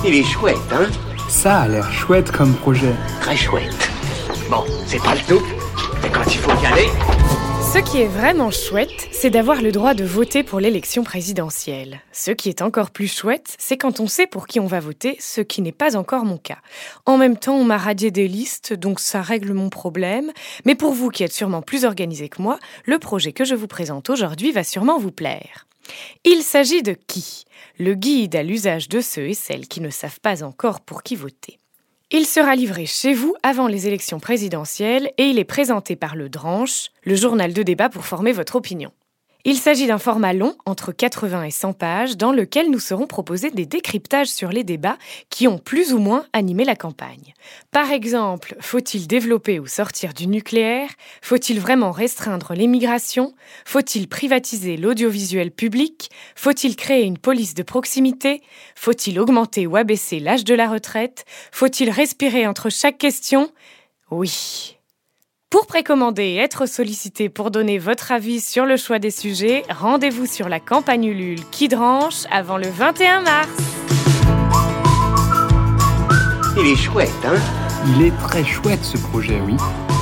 Il est chouette, hein? Ça a l'air chouette comme projet. Très chouette. Bon, c'est pas le tout, mais quand il faut y aller... Ce qui est vraiment chouette, c'est d'avoir le droit de voter pour l'élection présidentielle. Ce qui est encore plus chouette, c'est quand on sait pour qui on va voter, ce qui n'est pas encore mon cas. En même temps, on m'a radié des listes, donc ça règle mon problème. Mais pour vous qui êtes sûrement plus organisés que moi, le projet que je vous présente aujourd'hui va sûrement vous plaire. Il s'agit de Qui ? Le guide à l'usage de ceux et celles qui ne savent pas encore pour qui voter. Il sera livré chez vous avant les élections présidentielles et il est présenté par le Dranche, le journal de débat pour former votre opinion. Il s'agit d'un format long, entre 80 et 100 pages, dans lequel nous serons proposés des décryptages sur les débats qui ont plus ou moins animé la campagne. Par exemple, faut-il développer ou sortir du nucléaire ? Faut-il vraiment restreindre l'immigration ? Faut-il privatiser l'audiovisuel public ? Faut-il créer une police de proximité ? Faut-il augmenter ou abaisser l'âge de la retraite ? Faut-il respirer entre chaque question ? Oui. Pour précommander et être sollicité pour donner votre avis sur le choix des sujets, rendez-vous sur la campagne Ulule Qui Dranche avant le 21 mars. Il est chouette, hein? Il est très chouette ce projet, oui.